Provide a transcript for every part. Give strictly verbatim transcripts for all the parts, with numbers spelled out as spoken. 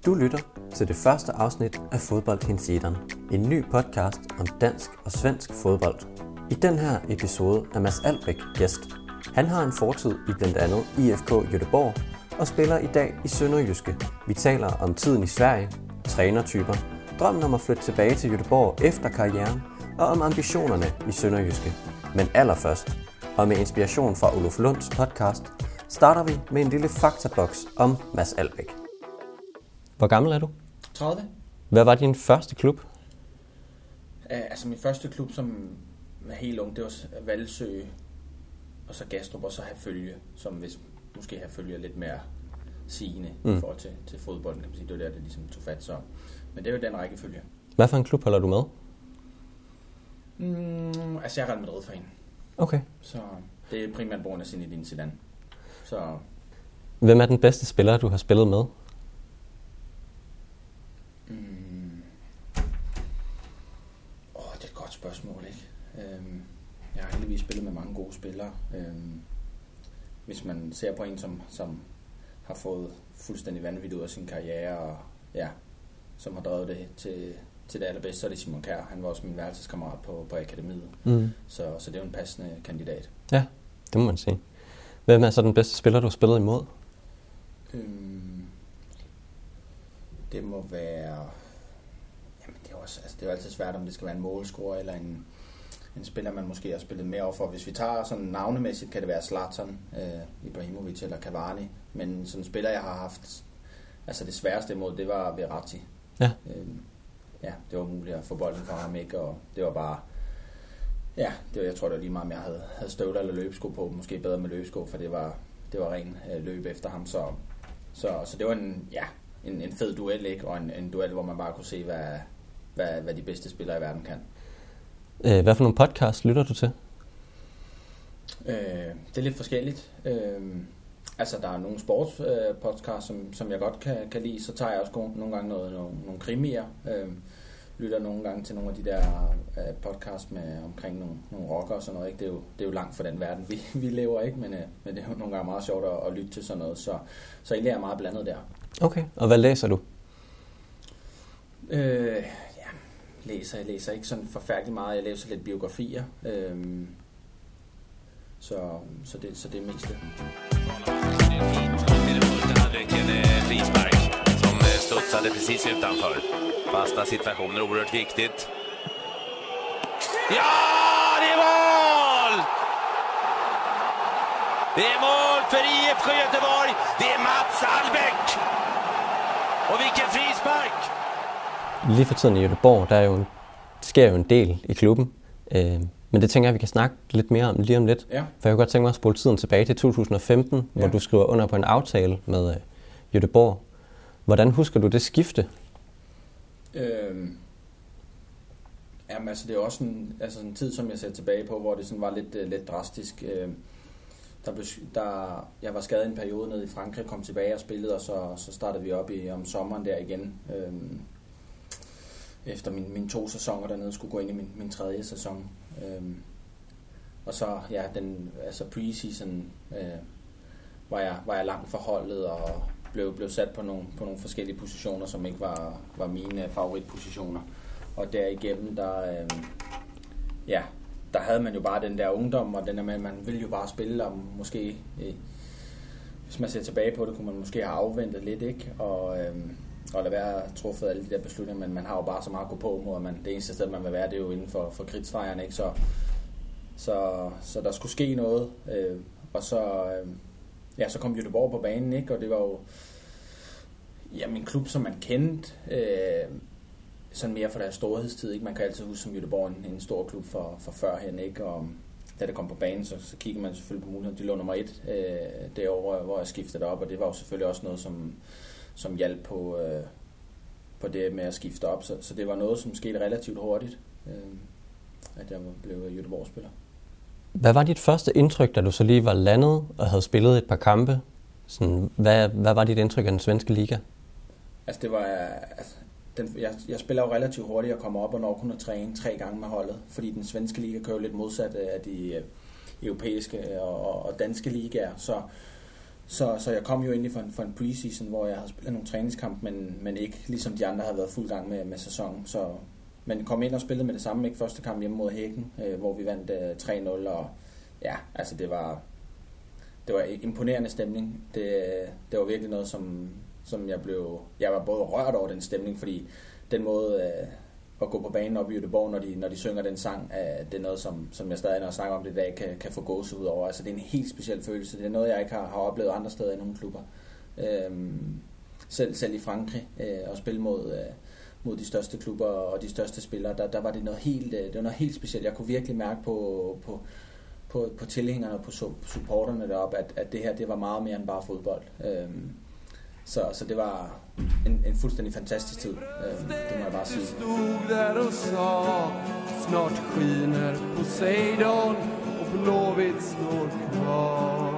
Du lytter til det første afsnit af Fodboldhinsideren, en ny podcast om dansk og svensk fodbold. I den her episode er Mads Albeck gæst. Han har en fortid i blandt andet I F K Göteborg og spiller i dag i Sønderjyske. Vi taler om tiden i Sverige, trænertyper, drømmen om at flytte tilbage til Göteborg efter karrieren og om ambitionerne i Sønderjyske. Men allerførst, og med inspiration fra Olof Lunds podcast, starter vi med en lille faktaboks om Mads Albeck. Hvor gammel er du? tredive. Hvad var din første klub? Uh, altså min første klub som var helt ung, det var Valsø, og så Gastrup, og så Herfølge, som hvis måske Herfølge er lidt mere sigende mm. i forhold til, til fodbolden, kan man sige. Det var der, det ligesom tog fat, så. Men det er jo den rækkefølge. Hvad for en klub holder du med? Mm, altså jeg er Real Madrid-fan. Okay. Så det er primært brugen af Zinedine Zidane. Så. Hvem er den bedste spiller, du har spillet med? Mm. Oh, det er et godt spørgsmål, ikke? Øhm, jeg har heldigvis spillet med mange gode spillere. Øhm, hvis man ser på en, som, som har fået fuldstændig vanvittigt ud af sin karriere, og ja, som har drevet det til, til det allerbedste, så er det Simon Kjær. Han var også min værelseskammerat på, på akademiet. Mm. Så, så det er jo en passende kandidat. Ja, det må man sige. Hvem er så den bedste spiller, du har spillet imod? Øhm, det må være. Jamen, det er også, altså, det er jo altid svært, om det skal være en målscorer eller en, en spiller, man måske har spillet mere over for. Hvis vi tager sådan navnemæssigt, kan det være Zlatan, øh, Ibrahimovic eller Cavani. Men sådan en spiller, jeg har haft, altså det sværeste imod, det var Verratti. Ja. Øhm, ja, det var muligt at få bolden fra ham, ikke? Og det var bare. Ja, det var, jeg tror, det var lige meget, om jeg havde, havde støvler eller løbesko på. Måske bedre med løbesko, for det var, det var ren øh, løb efter ham. Så, så, så det var en, ja, en, en fed duel, ikke? Og en, en duel, hvor man bare kunne se, hvad, hvad, hvad de bedste spillere i verden kan. Øh, hvad for nogle podcasts lytter du til? Øh, det er lidt forskelligt. Øh, altså, der er nogle sportspodcasts, øh, som, som jeg godt kan, kan lide. Så tager jeg også nogle gange noget, nogle, nogle krimier. Øh, lytter nogle gange til nogle af de der uh, podcasts med omkring nogle, nogle rockere og sådan noget, ikke? Det er jo, det er jo langt fra den verden, vi, vi lever, ikke? Men, uh, men det er jo nogle gange meget sjovt at, at lytte til sådan noget, så, så egentlig er jeg meget blandet der. Okay, og hvad læser du? Øh, ja, læser, jeg læser ikke sådan forfærdeligt meget, jeg læser lidt biografier, øh, så, så, det, så det er mest det. Studsade precis utanför. Fasta situationer, oerhört viktigt. Ja, det är mål! Det är mål för I F K Göteborg. Det är Mads Albeck. Och vilken frispark! Lige for tiden i Göteborg, der er jo en, sker jo en del i klubben. Øh, men det tænker jeg, vi kan snakke lidt mere om lige om lidt. Ja. For jeg kunne godt tænke mig at spole tiden tilbage til to tusind og femten, ja. Hvor du skriver under på en aftale med øh, Göteborg. Hvordan husker du det skifte? Øhm, jamen altså det er også en, altså en tid, som jeg ser tilbage på, hvor det sådan var lidt, uh, lidt drastisk. Øh, der blev, der, jeg var skadet en periode nede i Frankrig, kom tilbage og spillede, og så, så startede vi op i, om sommeren der igen. Øh, efter min, mine to sæsoner dernede skulle gå ind i min, min tredje sæson. Øh, og så, ja, den, altså pre-season øh, var, jeg, var jeg langt for holdet, og blev, blev sat på nogle, på nogle forskellige positioner, som ikke var, var mine favoritpositioner. Og derigennem, der, øh, ja, der havde man jo bare den der ungdom, og den der med, man ville jo bare spille, og måske, øh, hvis man ser tilbage på det, kunne man måske have afventet lidt, ikke? Og, øh, og lade være truffet alle de der beslutninger, men man har jo bare så meget at gå på mod, at man, det eneste sted, man vil være, det er jo inden for, for kridtstregerne, ikke? Så, så, så der skulle ske noget, øh, og så... Øh, Ja, så kom Göteborg på banen, ikke? Og det var jo ja, min klub, som man kendte, øh, sådan mere for deres storhedstid, ikke? Man kan altid huske som Göteborg en, en stor klub for, for førhen, ikke? Og da det kom på banen, så, så kiggede man selvfølgelig på muligheden. De lå nummer et øh, det år, hvor jeg skiftede op, og det var jo selvfølgelig også noget, som, som hjalp på, øh, på det med at skifte op. Så, så det var noget, som skete relativt hurtigt, øh, at jeg blev Göteborg-spiller. Hvad var dit første indtryk, da du så lige var landet og havde spillet et par kampe? Sådan, hvad, hvad var dit indtryk af den svenske liga? Altså det var, altså, den, jeg, jeg spiller jo relativt hurtigt og kommer op og når kun at træne tre gange med holdet, fordi den svenske liga kører lidt modsat af de øh, europæiske og, og danske ligaer, så Så, så jeg kom jo egentlig for en, for en preseason, hvor jeg havde spillet nogle træningskampe, men, men ikke ligesom de andre havde været fuld gang med, med sæsonen. Så, men kom ind og spillede med det samme, ikke? Første kamp hjemme mod Hækken, øh, hvor vi vandt øh, tre nul, og ja, altså det var, det var imponerende stemning. Det, det var virkelig noget, som, som jeg blev, jeg var både rørt over den stemning, fordi den måde øh, at gå på banen op i Göteborg, når de, når de synger den sang, øh, det er noget, som, som jeg stadig, når jeg snakker om det i dag, kan, kan få gåsehud over. Altså det er en helt speciel følelse. Det er noget, jeg ikke har, har oplevet andre steder i nogle klubber. Øhm, selv, selv i Frankrig, øh, at spille mod, øh, mod de største klubber og de største spillere, der, der var det noget helt, det var noget helt specielt. Jeg kunne virkelig mærke på, på, på, på tilhængerne og på supporterne deroppe, at, at det her, det var meget mere end bare fodbold. Øhm, Så, så det var en, en fuldstændig fantastisk tid, øh, det må jeg bare sige. Stod der og sa, snart skiner Poseidon og Blåvitt står kvar.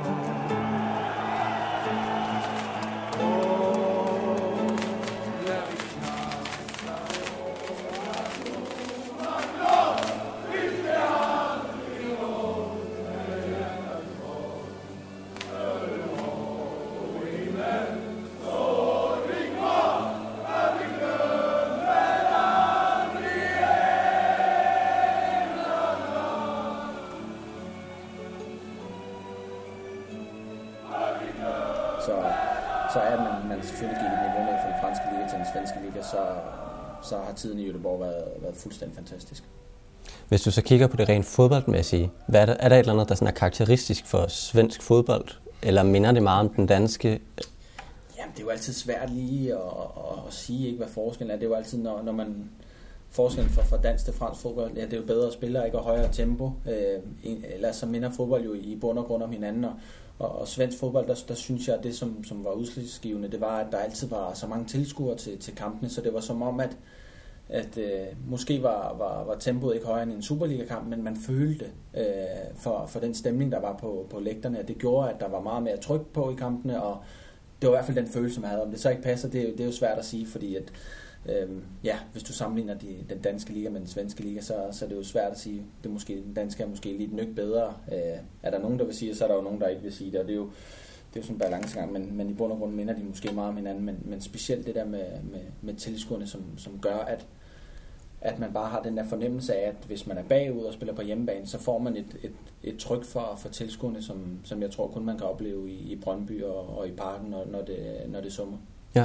Så, så er man, man selvfølgelig gik et niveau ned fra den franske liga til den svenske liga, så, så har tiden i Göteborg været, været fuldstændig fantastisk. Hvis du så kigger på det rent fodboldmæssige, hvad er, der, er der et eller andet, der sådan er karakteristisk for svensk fodbold, eller minder det meget om den danske? Jamen, det er jo altid svært lige at, at, at sige, ikke, hvad forskellen er. Det er jo altid, når, når man forskellen fra, fra dansk til fransk fodbold, ja, det er jo bedre spillere, ikke, og højere tempo. Øh, eller så minder fodbold jo i bund og grund om hinanden, og Og, og svensk fodbold, der, der synes jeg, at det, som, som var udslagsgivende, det var, at der altid var så mange tilskuere til, til kampene, så det var som om, at, at øh, måske var, var, var tempoet ikke højere end en Superliga-kamp, men man følte øh, for, for den stemning, der var på, på lægterne, at det gjorde, at der var meget mere tryk på i kampene, og det var i hvert fald den følelse, man havde. Om det så ikke passer, det, det er jo svært at sige, fordi at, Øhm, ja, hvis du sammenligner de, den danske liga med den svenske liga, så, så er det jo svært at sige, det er måske, den danske er måske lige et nyk bedre. Øh, er der nogen, der vil sige det, så er der jo nogen, der ikke vil sige det, og det er jo, det er jo sådan en balancegang, men, men i bund og grund minder de måske meget om hinanden, men, men specielt det der med, med, med tilskuerne, som, som gør, at, at man bare har den der fornemmelse af, at hvis man er bagud og spiller på hjemmebane, så får man et, et, et tryk for, for tilskuerne, som, som jeg tror kun man kan opleve i, i Brøndby og, og i Parken, når, når, det, når det summer. Ja.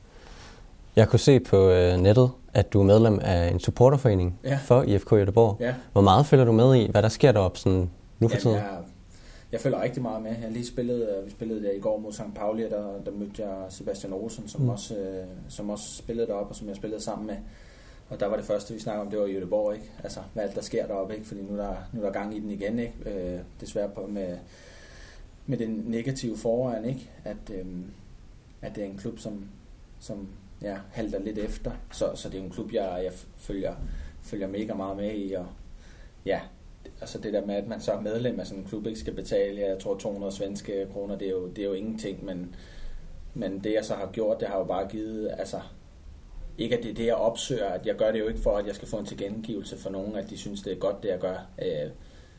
Jeg kunne se på øh, nettet, at du er medlem af en supporterforening ja. for I F K Göteborg. Ja. Hvor meget følger du med i? Hvad der sker deroppe sådan nu for tiden? Jeg, jeg følger rigtig meget med. Jeg lige spillede, vi spillede der i går mod Sankt Pauli, der, der mødte jeg Sebastian Olsen, som, mm. også, øh, som også spillede deroppe, og som jeg spillede sammen med. Og der var det første, vi snakkede om, det var i Göteborg, ikke? Altså, hvad alt der sker deroppe, ikke? Fordi nu er der, nu er der gang i den igen, ikke? Øh, desværre på, med, med den negative foran, ikke? At, øh, at det er en klub, som, som ja, halter lidt efter. Så, så det er en klub, jeg, jeg følger, følger mega meget med i. Og ja, altså det der med, at man så er medlem af sådan en klub, ikke skal betale, jeg tror to hundrede svenske kroner, det er jo, det er jo ingenting, men, men det jeg så har gjort, det har jo bare givet, altså ikke at det er det, jeg opsøger, at jeg gør det jo ikke for, at jeg skal få en tilgengivelse for nogen, at de synes, det er godt, det jeg gør. Øh,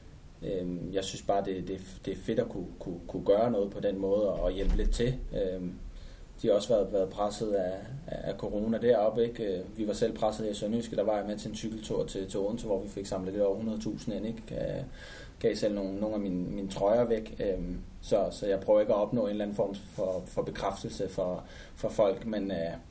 øh, jeg synes bare, det, det, det er fedt at kunne, kunne, kunne gøre noget på den måde og hjælpe lidt til. Øh, De har også været, været presset af, af corona deroppe, ikke? Vi var selv presset her i Sønderjyske, der var jeg med til en cykeltur til, til Odense, hvor vi fik samlet lidt over hundrede tusind ind, ikke? Gav, gav selv nogle, nogle af mine, mine trøjer væk, så, så jeg prøver ikke at opnå en eller anden form for, for bekræftelse for, for folk, men,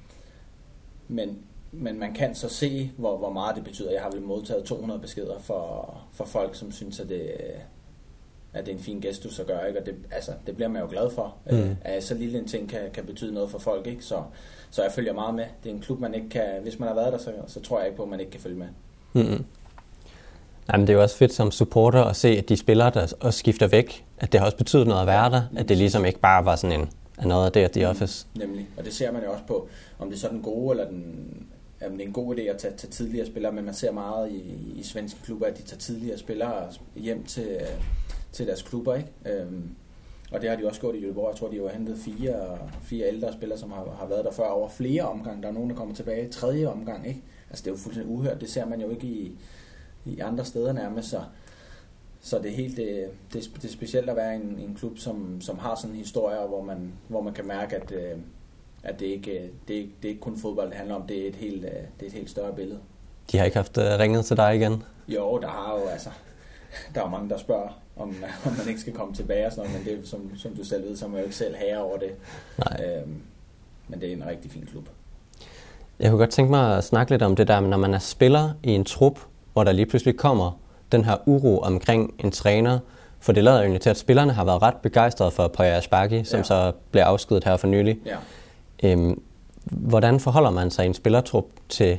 men, men man kan så se, hvor, hvor meget det betyder. Jeg har vel modtaget to hundrede beskeder for, for folk, som synes, at det at det er en fin gestus at gøre, ikke? Og det, altså, det bliver man jo glad for. Mm. Øh, at så lille en ting kan, kan betyde noget for folk, ikke? Så, så jeg følger meget med. Det er en klub, man ikke kan, hvis man har været der, så, så tror jeg ikke på, at man ikke kan følge med. Mm-hmm. Nej, men det er jo også fedt som supporter at se, at de spillere, der også skifter væk, at det har også betydet noget at være der, at det ligesom ikke bare var sådan en another day at the office. Mm, nemlig, og det ser man jo også på, om det er så den gode, eller den, jamen, det er en god idé at tage, tage tidligere spillere, men man ser meget i, i svenske klubber, at de tager tidligere spillere hjem til, til deres klubber, ikke? Øhm, og det har de også gjort i Göteborg. Jeg tror, de har hentet fire, fire ældre spillere, som har, har været der før over flere omgange. Der er nogen, der kommer tilbage i tredje omgang, ikke? Altså, det er jo fuldstændig uhørt. Det ser man jo ikke i, i andre steder nærmest, så, så det er helt det, det, det er specielt at være i en, en klub, som, som har sådan en historie, hvor man, hvor man kan mærke, at, at det, ikke, det, er, det er ikke kun fodbold, det handler om, det er et helt, det er et helt større billede. De har ikke haft ringet til dig igen? Jo, der har jo altså, der er jo mange, der spørger, om, om man ikke skal komme tilbage og sådan noget, men det, som, som du selv ved, så må jeg jo ikke selv herre over det. Nej. Øhm, men det er en rigtig fin klub. Jeg kunne godt tænke mig at snakke lidt om det der, når man er spiller i en trup, hvor der lige pludselig kommer den her uro omkring en træner, for det lader jo egentlig til, at spillerne har været ret begejstrede for Poya Asbaghi, som ja. så blev afskedet her for nylig. Ja. Øhm, hvordan forholder man sig i en spillertrup til,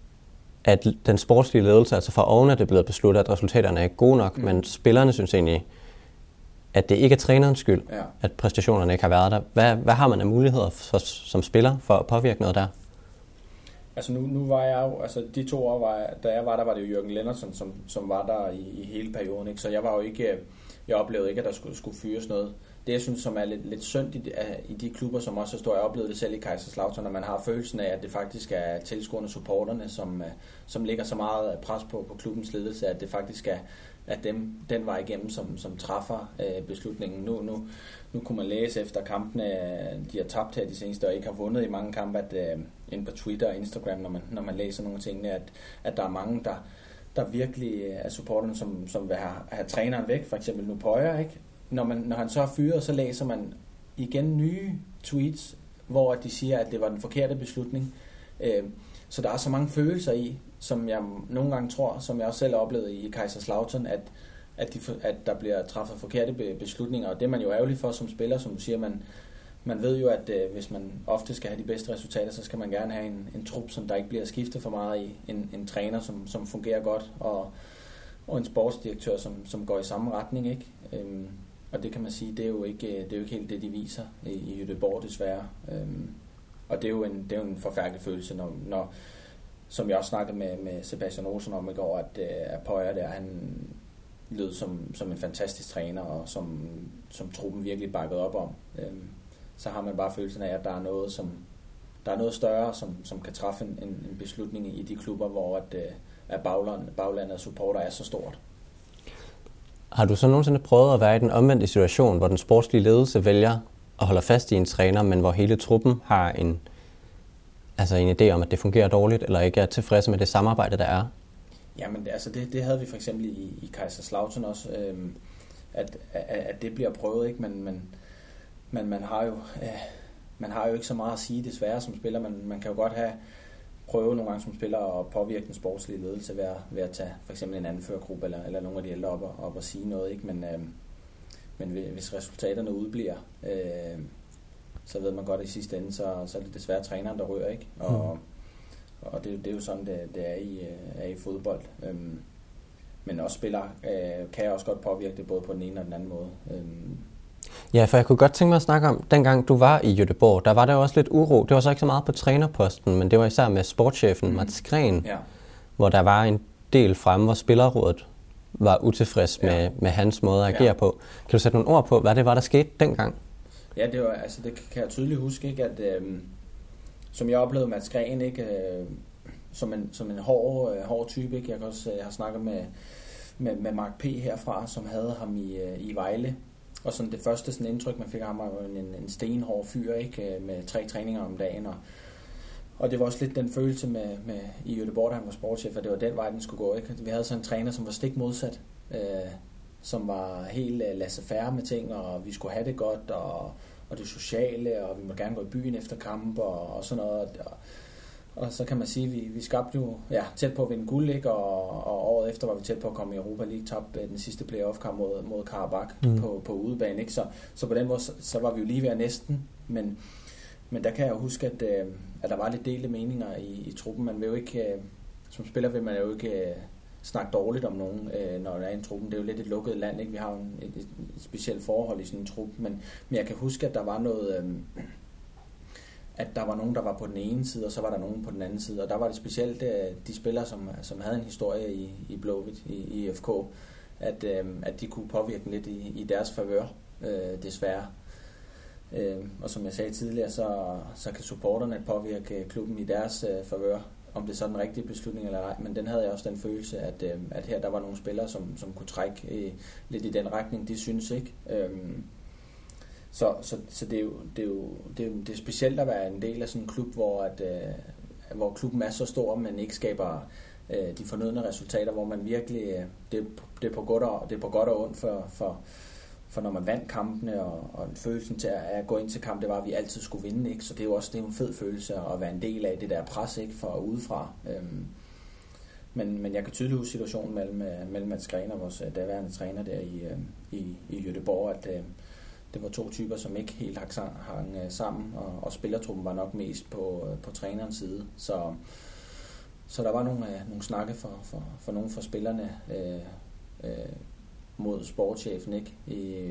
at den sportslige ledelse, altså for oven er det blevet besluttet, at resultaterne er gode nok, mm. men spillerne synes egentlig, at det ikke er trænerens skyld, ja. at præstationerne ikke har været der. Hvad, hvad har man af muligheder for, som spiller for at påvirke noget der? Altså nu, nu var jeg jo, altså de to år, var jeg, da jeg var der, var det jo Jürgen Lennersen, som, som var der i, i hele perioden, ikke? Så jeg var jo ikke, jeg oplevede ikke, at der skulle, skulle fyres noget. Det jeg synes, som er lidt, lidt synd i, i de klubber, som også står, jeg oplevede det selv i Kaiserslautern, når man har følelsen af, at det faktisk er tilskuerne supporterne, som, som lægger så meget pres på, på klubbens ledelse, at det faktisk er at dem, den vej igennem, som, som træffer øh, beslutningen. Nu, nu, nu kunne man læse efter kampene, de har tabt her de seneste, og ikke har vundet i mange kampe, at øh, inde på Twitter og Instagram, når man, når man læser nogle ting, at, at der er mange, der, der virkelig er supporterne, som, som vil have, have træneren væk, for eksempel nu Poya, ikke? Når, man, når han så er fyret, så læser man igen nye tweets, hvor de siger, at det var den forkerte beslutning. Øh, så der er så mange følelser i, som jeg nogle gange tror, som jeg også selv oplevede i Kaiserslautern, at, at, de, at der bliver træffet forkerte beslutninger, og det er man jo ærgerlig for som spiller, som du siger, man, man ved jo, at øh, hvis man ofte skal have de bedste resultater, så skal man gerne have en, en trup, som der ikke bliver skiftet for meget i, en, en træner, som, som fungerer godt, og, og en sportsdirektør, som, som går i samme retning, ikke? Øhm, og det kan man sige, det er jo ikke, det er jo ikke helt det, de viser i, i Göteborg desværre. Øhm, og det er jo en, det er jo en forfærdelig følelse, når, når som jeg også snakkede med, med Sebastian Olsen om i går, at, at Poya der, han lød som, som en fantastisk træner, og som, som truppen virkelig bakkede op om. Øhm, så har man bare følelsen af, at der er noget, som, der er noget større, som, som kan træffe en, en beslutning i de klubber, hvor at, at bagland, baglandet og supporter er så stort. Har du så nogensinde prøvet at være i den omvendte situation, hvor den sportslige ledelse vælger at holde fast i en træner, men hvor hele truppen har en, altså en idé om, at det fungerer dårligt, eller ikke er tilfredse med det samarbejde, der er? Jamen, altså det, det havde vi for eksempel i, i Kaiserslautern også, øhm, at, at, at det bliver prøvet, ikke? Men, men, men man har jo øh, man har jo ikke så meget at sige desværre som spiller. Man, man kan jo godt have prøve nogle gange som spiller at påvirke den sportslige ledelse ved at, ved at tage for eksempel en anførergruppe eller, eller nogle af de ældre op og, op og sige noget, ikke? Men, øh, men hvis resultaterne udbliver, øh, så ved man godt, at i sidste ende, så, så er det desværre træneren, der rører, ikke? Og, mm. og det, det er jo sådan, det, det er, i, er i fodbold. Øhm, men også spillere øh, kan også godt påvirke det både på den ene og den anden måde. Øhm. Ja, for jeg kunne godt tænke mig at snakke om, dengang du var i Göteborg, der var der også lidt uro. Det var så ikke så meget på trænerposten, men det var især med sportschefen mm. Mats Gren, ja. Hvor der var en del fremme, hvor spillerrådet var utilfreds ja. med, med hans måde at agere ja. på. Kan du sætte nogle ord på, hvad det var, der skete dengang? Ja, det var, altså det kan jeg tydeligt huske, ikke, at øh, som jeg oplevede Mats Gren, ikke, øh, som en som en hård øh, hård type, ikke. Jeg kan også jeg har snakket med med med Mark P herfra, som havde ham i øh, i Vejle, og sådan det første sådan indtryk man fik af ham var en en stenhård fyr, ikke, med tre træninger om dagen, og og det var også lidt den følelse med med i Göteborg, da han var sportschef, at det var den vej den skulle gå, ikke. Vi havde sådan en træner, som var stik modsat. Øh, som var helt uh, laissez-faire med ting, og vi skulle have det godt, og, og det sociale, og vi må gerne gå i byen efter kamp, og, og sådan noget. Og, og så kan man sige, at vi, vi skabte jo ja, tæt på at vinde guld, ikke? Og, og året efter var vi tæt på at komme i Europa League, tabte den sidste playoff-kamp mod, mod Karabakh mm. på, på udebane, ikke? Så, så på den måde, så, så var vi jo lige ved at næsten, men, men der kan jeg jo huske, at, at der var lidt delte meninger i, i truppen. Man vil jo ikke, som spiller vil man jo ikke snakke dårligt om nogen, øh, når der er en truppen. Det er jo lidt et lukket land, ikke? Vi har jo en, et, et specielt forhold i sådan en trup, men, men jeg kan huske, at der var noget, øh, at der var nogen, der var på den ene side, og så var der nogen på den anden side, og der var det specielt øh, de spillere, som, som havde en historie i, i Blåhvidt, i, i F K, at, øh, at de kunne påvirke lidt i, i deres favør, øh, desværre. Øh, og som jeg sagde tidligere, så, så kan supporterne påvirke klubben i deres øh, favør. om det er så den rigtige beslutning eller ej, men den havde jeg også den følelse, at, øh, at her der var nogle spillere, som, som kunne trække øh, lidt i den retning, de synes ikke. Øhm, så så, så det, er jo, det, er jo, det, er jo, det er specielt at være en del af sådan en klub, hvor, at, øh, hvor klubben er så stor, men ikke skaber øh, de fornødne resultater, hvor man virkelig, øh, det, det, er på godt og, det er på godt og ondt for, for For når man vandt kampene, og, og følelsen til at, at gå ind til kamp, det var, at vi altid skulle vinde, ikke? Så det er jo også det er en fed følelse at være en del af det der pres, ikke? For udefra. Øhm, men, men jeg kan tydeligt huske situationen mellem, mellem Mats Green og vores daværende træner der i, i, i Göteborg, at øh, det var to typer, som ikke helt hang, hang sammen, og, og spillertruppen var nok mest på, på trænerens side. Så, så der var nogle, nogle snakke for, for, for nogle for spillerne, øh, øh, mod sportschefen, ikke? I,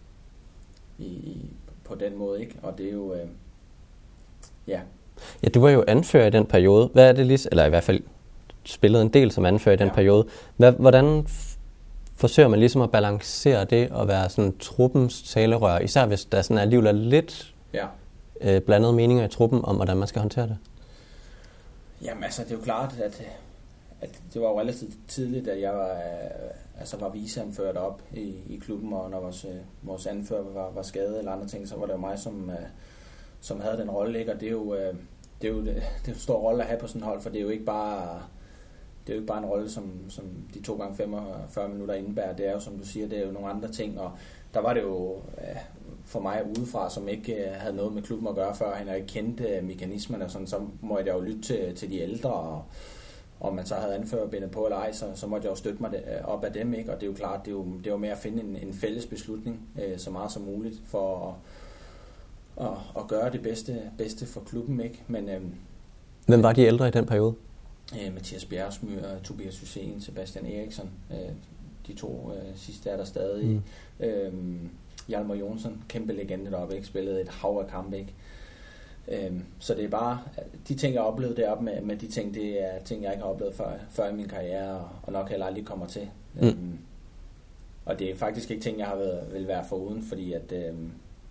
i, i, på den måde, ikke? Og det er jo, øh, ja. Ja, du var jo anfører i den periode. Hvad er det lige, eller i hvert fald spillede en del som anfører i den ja. periode. Hvad, hvordan f- forsøger man ligesom at balancere det og være sådan truppens talerør, især hvis der sådan alligevel er lidt ja. øh, blandede meninger i truppen om, hvordan man skal håndtere det? Jamen altså, det er jo klart, at, at det var jo relativt tidligt, at jeg var, altså var viceanført op i, i klubben, og når vores, vores anfører var, var skadet eller andre ting, så var det jo mig, som, som havde den rolle, ikke? Og det er jo, det er jo, det er en stor rolle at have på sådan et hold, for det er jo ikke bare, det er jo ikke bare en rolle, som, som de to gange femogfyrre minutter indebærer. Det er jo, som du siger, det er jo nogle andre ting, og der var det jo for mig udefra, som ikke havde noget med klubben at gøre før, han ikke kendte mekanismerne, og sådan, så måtte jeg jo lytte til, til de ældre, og om man så havde anførerbindet på eller ej, så, så måtte jeg jo støtte mig op af dem, ikke? Og det er jo klart, det er jo, det er jo med at finde en, en fælles beslutning, øh, så meget som muligt, for at, at, at gøre det bedste, bedste for klubben, ikke? Men, øh, hvem var de ældre i den periode? Øh, Mathias Bjergsmyr, Tobias Hussein, Sebastian Eriksson, øh, de to øh, sidste er der stadig. Mm. Øh, Hjalmar Jonsson, kæmpe legende deroppe, ikke? Spillede et hav af kampe, ikke? Øhm, så det er bare, de ting jeg har oplevet deroppe med, med de ting, det er ting jeg ikke har oplevet før, før i min karriere, og, og nok heller aldrig kommer til. Mm. Øhm, og det er faktisk ikke ting jeg har været, vil være foruden, fordi at øhm,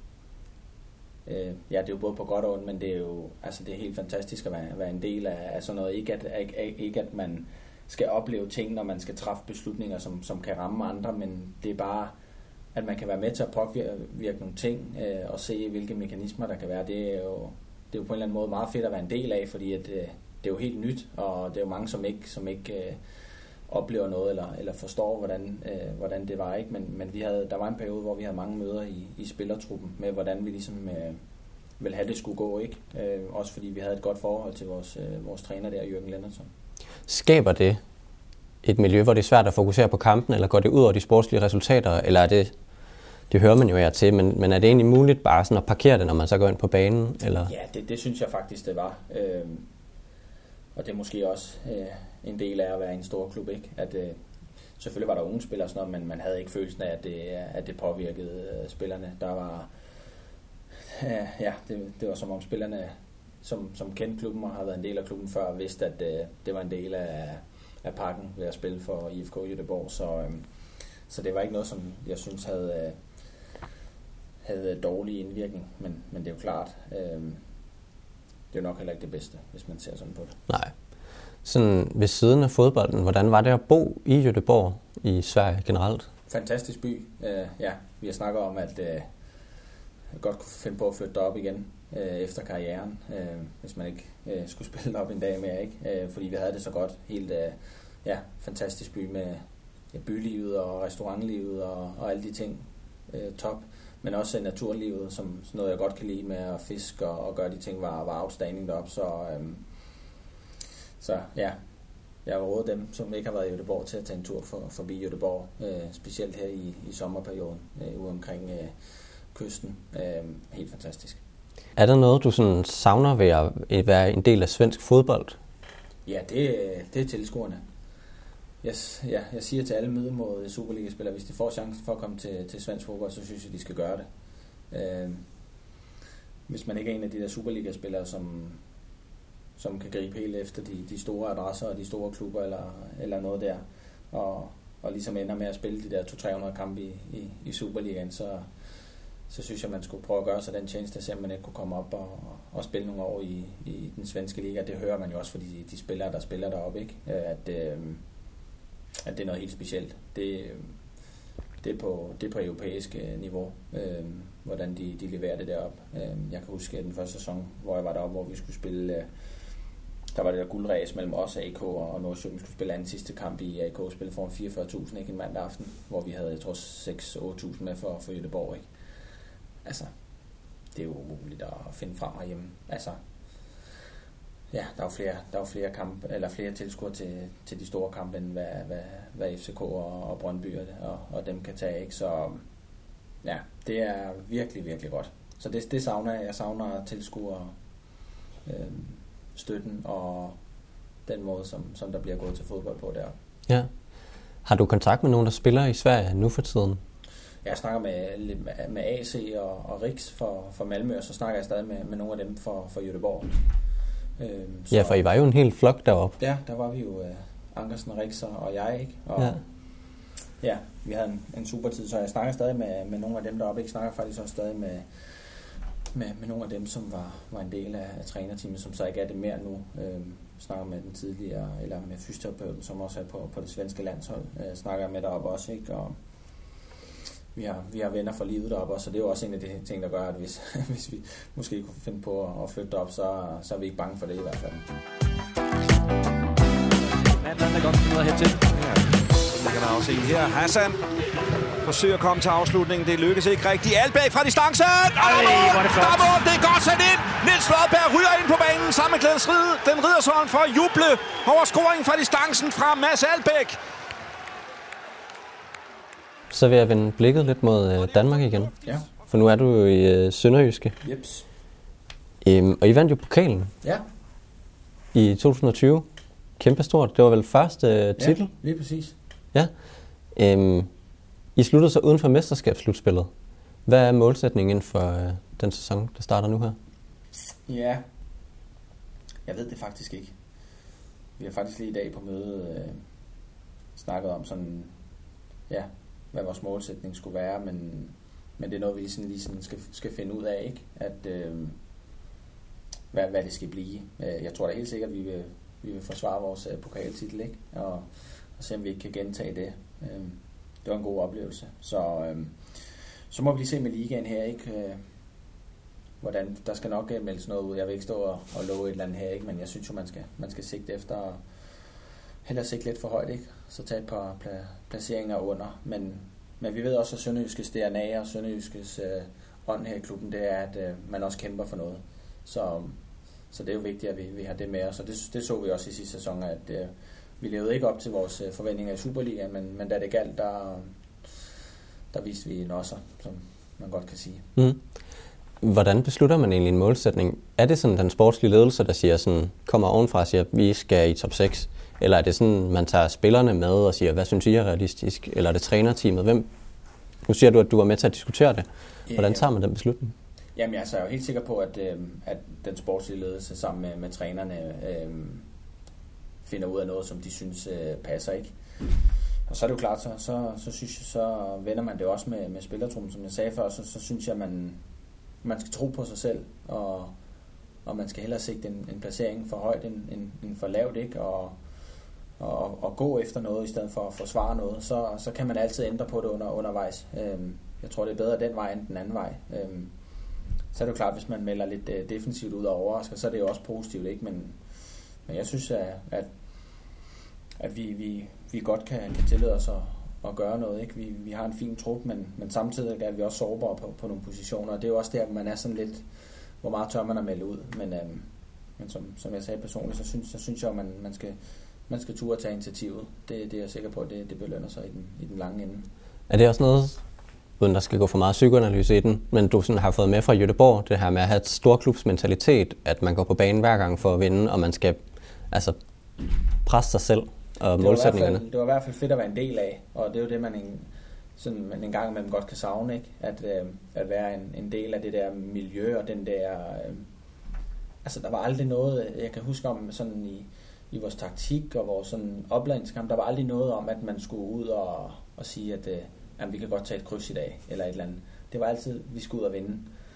øh, ja, det er jo både på godt og ondt, men det er jo, altså det er helt fantastisk at være, være en del af, af sådan noget. Ikke at, ikke, ikke at man skal opleve ting, når man skal træffe beslutninger, som, som kan ramme andre, men det er bare, at man kan være med til at påvirke nogle ting, øh, og se, hvilke mekanismer der kan være. Det er jo, det er jo på en eller anden måde meget fedt at være en del af, fordi at, øh, det er jo helt nyt, og det er jo mange, som ikke, som ikke øh, oplever noget, eller, eller forstår, hvordan, øh, hvordan det var, ikke? Men, men vi havde, der var en periode, hvor vi havde mange møder i, i spillertruppen, med hvordan vi ligesom øh, ville have det skulle gå, ikke? Øh, også fordi vi havde et godt forhold til vores, øh, vores træner der, Jürgen Lennertsson. Skaber det et miljø, hvor det er svært at fokusere på kampen, eller går det ud over de sportslige resultater, eller er det, det hører man jo her til, men, men er det egentlig muligt bare sådan at parkere det, når man så går ind på banen? Eller? Ja, det, det synes jeg faktisk, det var. Øhm, og det er måske også øh, en del af at være en stor klub, ikke? At, øh, selvfølgelig var der unge spillere, sådan noget, men man havde ikke følelsen af, at det, at det påvirkede øh, spillerne. Der var, øh, ja, det, det var som om spillerne, som, som kendte klubben og har været en del af klubben før, vidste, at øh, det var en del af af pakken ved at spille for I F K Göteborg, så, øhm, så det var ikke noget, som jeg synes havde, øh, havde dårlig indvirkning, men, men det er jo klart, øh, det er jo nok heller ikke det bedste, hvis man ser sådan på det. Nej. Sådan ved siden af fodbolden, hvordan var det at bo i Göteborg i Sverige generelt? Fantastisk by. Øh, ja, vi har snakket om, at øh, jeg godt kunne finde på at flytte derop igen øh, efter karrieren, øh, hvis man ikke øh, skulle spille op en dag mere, ikke? Øh, fordi vi havde det så godt. Helt øh, ja, fantastisk by med ja, bylivet og restaurantlivet og, og alle de ting. Øh, top. Men også øh, naturlivet, som noget jeg godt kan lide med at fiske og, og gøre de ting, var, var outstanding deroppe. Så, øh, så ja, jeg vil råde dem, som ikke har været i Göteborg, til at tage en tur for, forbi Göteborg, øh, specielt her i, i sommerperioden, øh, ude omkring øh, kysten. Øh, helt fantastisk. Er der noget, du sådan savner ved at være en del af svensk fodbold? Ja, det, det er tilskuerne. Yes, ja, jeg siger til alle mødemod Superliga-spillere, hvis de får chancen for at komme til, til svensk fodbold, så synes jeg, de skal gøre det. Øh, hvis man ikke er en af de der Superliga-spillere, som, som kan gribe helt efter de, de store adresser og de store klubber eller, eller noget der, og, og ligesom ender med at spille de der to til tre hundrede kampe i, i, i Superligaen, så, så synes jeg, man skulle prøve at gøre sig den tjeneste, at man ikke kunne komme op og, og spille nogle år i, i den svenske liga. Det hører man jo også for de, de spillere, der spiller deroppe, ikke? At, øh, at det er noget helt specielt. Det, det, er, på, det er på europæisk niveau, øh, hvordan de, de leverer det deroppe. Øh, jeg kan huske den første sæson, hvor jeg var deroppe, hvor vi skulle spille... Øh, der var det der guldræs mellem os, A K og Nordsjælland. Vi skulle spille anden sidste kamp i A K, spille foran fireogfyrre tusind, ikke, en mandag aften, hvor vi havde, jeg tror, seks til otte tusind med for, for Göteborg, ikke? Altså, det er jo umuligt at finde frem herhjemme. Altså, ja, der er jo flere, der er jo flere kamp, eller flere tilskuere til, til de store kampe, end hvad, hvad, hvad F C K og, og Brøndby og, og dem kan tage, ikke? Så ja, det er virkelig, virkelig godt. Så det, det savner jeg. Jeg savner tilskuere, øh, støtten og den måde, som, som der bliver gået til fodbold på der. Ja. Har du kontakt med nogen, der spiller i Sverige nu for tiden? Jeg snakker med, med A C og, og Riks for, for Malmø, og så snakker jeg stadig med, med nogle af dem for, for Göteborg. Øhm, ja, for I var jo en hel flok deroppe. Ja, der var vi jo uh, Ankersen, Riks og jeg, ikke? Og, ja. ja, vi havde en, en super tid, så jeg snakker stadig med, med nogle af dem deroppe. Jeg snakker faktisk også stadig med, med, med nogle af dem, som var, var en del af, af trænerteamet, som så ikke er det mere nu. Øhm, snakker med den tidligere, eller med fysioterapeuten, som også er på, på det svenske landshold. Øh, snakker med deroppe også, ikke? Og vi har, vi har venner for livet deroppe, så det er jo også en af de ting, der gør, at hvis, hvis vi måske kunne finde på at flytte op, så, så er vi ikke bange for det i hvert fald. Atlan er godt videre hertil. Ja, det kan man også se her. Hassan forsøger at komme til afslutningen. Det lykkes ikke rigtigt. Alberg fra distancen! Ej, hvor er det flot. Der det er godt sat ind! Niels Flodberg ryger ind på banen sammen med Glædens Ride. Den rider sådan for at juble over scoringen fra distancen fra Mads Albeck. Så vil jeg vende blikket lidt mod Danmark igen. Ja. For nu er du jo i uh, Sønderjyske. Jeps. Øhm, og I vandt jo pokalen. Ja. I to tusind og tyve. Kæmpestort. Det var vel første uh, titel? Ja, lige præcis. Ja. Øhm, I sluttede så uden for mesterskabsslutspillet. Hvad er målsætningen for uh, den sæson, der starter nu her? Ja. Jeg ved det faktisk ikke. Vi har faktisk lige i dag på mødet øh, snakket om sådan... Ja, hvad vores målsætning skulle være, men, men det er noget, vi sådan, lige sådan skal, skal finde ud af, ikke? At, øh, hvad, hvad det skal blive. Jeg tror da helt sikkert, at vi vil, vi vil forsvare vores uh, pokaltitel, ikke? Og, og se, om vi ikke kan gentage det. Øh, det var en god oplevelse. Så, øh, så må vi lige se med ligaen her, ikke? Øh, hvordan, der skal nok uh, meldes noget ud. Jeg vil ikke stå og, og love et eller andet her, ikke? Men jeg synes jo, man skal, man skal sigte efter... Heller sigte lidt for højt, ikke? Så tage et par pla- placeringer under. Men, men vi ved også, at Sønderjyskes D N A og Sønderjyskes øh, ånd her i klubben, det er, at øh, man også kæmper for noget. Så, så det er jo vigtigt, at vi, vi har det med os. Og det, det så vi også i sidste sæson, at øh, vi levede ikke op til vores øh, forventninger i Superligaen, men, men da det galt, der, der viste vi en også, som man godt kan sige. Mm. Hvordan beslutter man egentlig en målsætning? Er det sådan den sportslige ledelse, der siger sådan, kommer ovenfra og siger, at vi skal i top seks? Eller er det sådan, man tager spillerne med og siger, hvad synes I er realistisk? Eller er det trænerteamet? Hvem? Nu siger du, at du var med til at diskutere det. Hvordan tager man den beslutning? Jamen, jeg er jo helt sikker på, at, øh, at den sportslige ledelse sammen med, med trænerne øh, finder ud af noget, som de synes øh, passer, ikke? Og så er det jo klart, så, så, så, synes jeg, så vender man det også med, med spillertruppen, som jeg sagde før, så, så synes jeg, man man skal tro på sig selv, og, og man skal hellere sigte en, en placering for højt end, end, end for lavt, ikke? Og, og, og gå efter noget, i stedet for at forsvare noget, så, så kan man altid ændre på det under, undervejs. Øhm, jeg tror, det er bedre den vej end den anden vej. Øhm, så er det jo klart, hvis man melder lidt uh, defensivt ud og overrasker, så er det jo også positivt, ikke? Men, men jeg synes, at, at, at vi, vi, vi godt kan, kan tillade os at, at gøre noget, ikke? Vi, vi har en fin trup, men, men samtidig er vi også sårbare på, på nogle positioner, og det er jo også der, hvor man er sådan lidt, hvor meget tør man at melde ud. Men, øhm, men som, som jeg sagde personligt, så synes, så synes jeg, at man, man skal man skal turde tage initiativet. Det, det er jeg sikker på, at det, det belønner sig i den, i den lange ende. Er det også noget, uden der skal gå for meget psykoanalyse i den, men du sådan har fået med fra Göteborg, det her med at have et storklubsmentalitet, at man går på banen hver gang for at vinde, og man skal altså presse sig selv og det målsætningerne? Fald, det var i hvert fald fedt at være en del af, og det er jo det, man en, sådan, man en gang imellem godt kan savne, ikke? At, øh, at være en, en del af det der miljø, og den der... Øh, altså, der var aldrig noget, jeg kan huske om sådan i i vores taktik og vores sådan opladningskamp, der var aldrig noget om, at man skulle ud og, og sige, at øh, jamen, vi kan godt tage et kryds i dag, eller et eller andet. det var altid, vi skulle ud og vinde.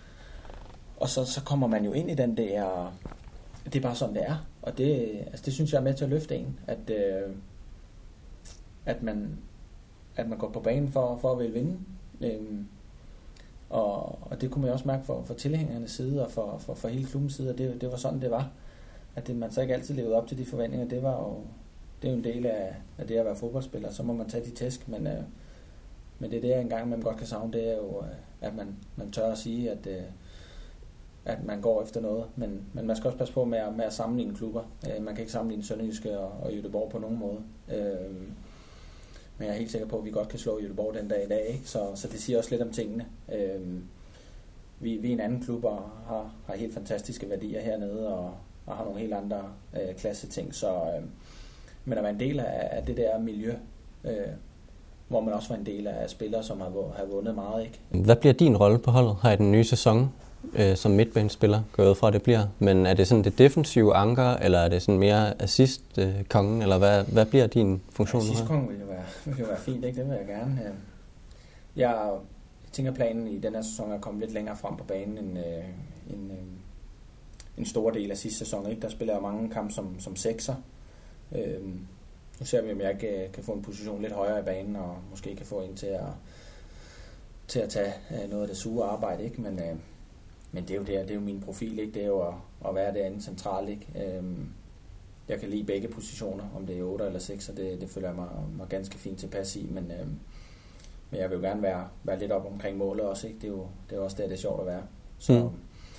Og så, så kommer man jo ind i den der, det er bare sådan, det er. Og det, altså, det synes jeg er med til at løfte en, at, øh, at, man, at man går på banen for, for at ville vinde. Øhm, og, og det kunne man også mærke for, for tilhængernes side og for, for, for hele klubbens side, og det, det var sådan, det var. At det, man så ikke altid levede op til de forventninger, det var jo, det er jo en del af, af det at være fodboldspiller. Så må man tage de tæsk, men, øh, men det er det, jeg engang man godt kan savne, det er jo, at man, man tør at sige, at, øh, at man går efter noget. Men, men man skal også passe på med at, med at sammenligne klubber. Øh, man kan ikke sammenligne Sønderjyske og, og Göteborg på nogen måde. Øh, men jeg er helt sikker på, at vi godt kan slå Göteborg den dag i dag, ikke? Så, så det siger også lidt om tingene. Øh, vi, vi er en anden klub og har, har helt fantastiske værdier hernede, og, og har nogle helt andre øh, klasse ting. Så, øh, men at være en del af, af det der miljø, øh, hvor man også var en del af spillere, som har, har vundet meget, ikke? Hvad bliver din rolle på holdet her i den nye sæson? Øh, som midtbanespiller gået fra det bliver, men er det sådan det defensive anker, eller er det sådan mere assist-kongen, øh, eller hvad, hvad bliver din funktion? Assist-kongen vil jo være, vil jo være fint, ikke? Det vil jeg gerne. Jeg, jeg tænker, planen i den her sæson er at komme lidt længere frem på banen end øh, en, øh, en stor del af sidste sæson, ikke? Der spiller jeg mange kampe som, som sekser. Øh, nu ser vi, om jeg kan, kan få en position lidt højere i banen, og måske kan få en til at, til at tage øh, noget af det sure arbejde, ikke? Men øh, Men det er jo det, det er jo min profil, ikke? Det er jo at, at være derinde centralt, ikke? Øhm, jeg kan lide begge positioner, om det er otte eller seks, og det, det føler jeg mig, mig ganske fint tilpas i, men, øhm, men jeg vil jo gerne være, være lidt op omkring målet også, ikke? Det er jo, det er også der, det er sjovt at være. Så, mm.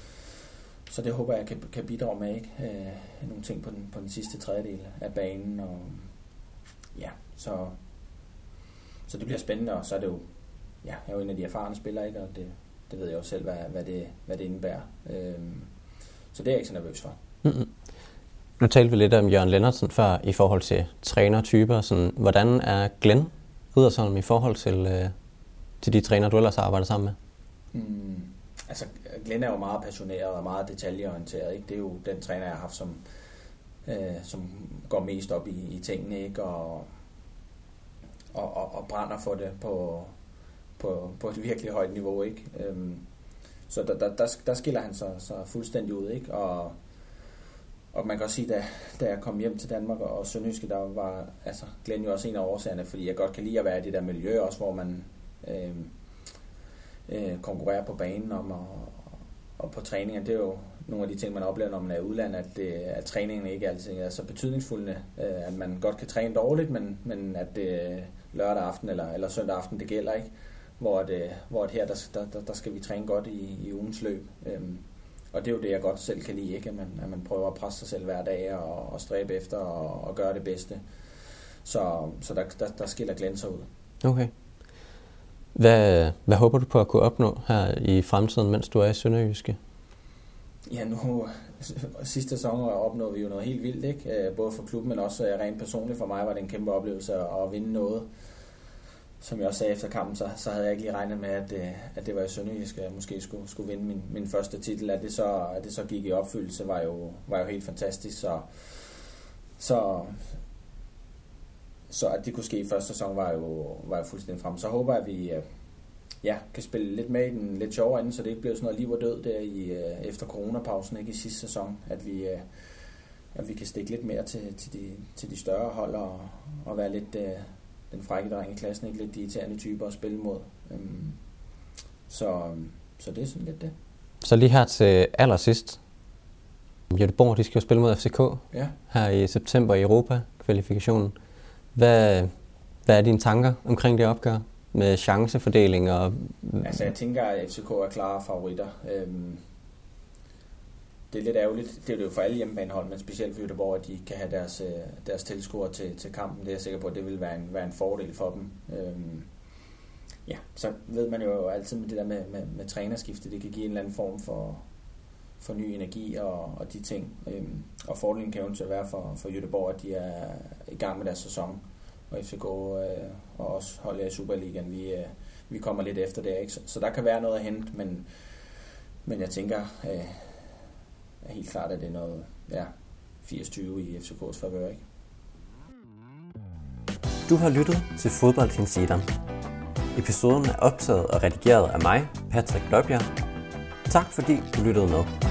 så det håber jeg kan, kan bidrage med, ikke? Øh, nogle ting på den, på den sidste tredjedel af banen, og ja, så, så det bliver spændende, og så er det jo, ja, jeg er jo en af de erfarne spillere, ikke? Og det Det ved jeg jo selv, hvad, hvad, det, hvad det indebærer. Øhm, så det er jeg ikke så nervøs for. Mm-hmm. Nu talte vi lidt om Jørgen Lennartsen før i forhold til trænertyper. Sådan, hvordan er Glenn Riddersholm i forhold til, øh, til de træner, du ellers har arbejdet sammen med? Mm, altså, Glenn er jo meget passioneret og meget detaljeorienteret, ikke? Det er jo den træner, jeg har haft, som, øh, som går mest op i, i tingene, ikke? Og, og, og, og brænder for det på... På, på et virkelig højt niveau, ikke? Øhm, så der, der, der, der skiller han sig, sig fuldstændig ud, ikke? Og, og man kan også sige, da, da jeg kom hjem til Danmark og Sønderjyske, der var altså Glenn jo også en af årsagerne, fordi jeg godt kan lide at være i det der miljø, også hvor man øh, øh, konkurrerer på banen om og, og på træningen. Det er jo nogle af de ting, man oplever, når man er i udlandet, at, det, at træningen ikke altid er så betydningsfulde, øh, at man godt kan træne dårligt, men, men at det lørdag aften eller, eller søndag aften, det gælder, ikke? Hvor, det, hvor det her, der, der, der skal vi træne godt i, i ugens løb. Øhm, og det er jo det, jeg godt selv kan lide, ikke? At, man, at man prøver at presse sig selv hver dag og, og stræbe efter og, og gøre det bedste. Så, så der, der, der skiller Glenn sig ud. Okay. Hvad, hvad håber du på at kunne opnå her i fremtiden, mens du er i Sønderjyske? Ja, nu sidste sæson opnåede vi jo noget helt vildt, ikke? Både for klubben, men også rent personligt for mig var det en kæmpe oplevelse at vinde noget. Som jeg også sagde efter kampen, så, så havde jeg ikke lige regnet med, at, at det var i Sønderjyske, at jeg måske skulle, skulle vinde min, min første titel. At det, så, at det så gik i opfyldelse, var jo, var jo helt fantastisk. Så, så, så at det kunne ske i første sæson, var jo, var jo fuldstændig frem. Så håber jeg, at vi ja, kan spille lidt med i den lidt sjovere ende, så det ikke bliver sådan noget liv og død der i, efter coronapausen, ikke i sidste sæson. At vi, at vi kan stikke lidt mere til, til, de, til de større hold og, og være lidt... den frække dreng i klassen, ikke? Lidt de irriterende typer at spille mod. Øhm, så, så det er sådan lidt det. Så lige her til allersidst. Göteborg, de skal jo spille mod F C K ja. Her i september i Europa-kvalifikationen. Hvad, hvad er dine tanker omkring det opgør med chancefordeling? Og... Altså jeg tænker, at F C K er klare favoritter. Øhm, det er lidt ærgerligt. Det er det jo for alle hjemmebanehold, men specielt for Göteborg, at de kan have deres, deres tilskuere til, til kampen. Det er jeg sikker på, at det vil være en, være en fordel for dem. Øhm, ja, så ved man jo altid med det der med, med, med trænerskifte, det kan give en eller anden form for, for ny energi og, og de ting. Øhm, og fordelen kan jo til at være for, for Göteborg, at de er i gang med deres sæson. Og F C K øh, og også holdet i Superligaen, vi, øh, vi kommer lidt efter det, ikke? Så, så der kan være noget at hente, men, men jeg tænker... Øh, er helt klart, at det er noget ja, firs tyve i F C K's favør, ikke? Du har lyttet til Fodboldhinsideren. Episoden er optaget og redigeret af mig, Patrick Løbjerg. Tak fordi du lyttede med.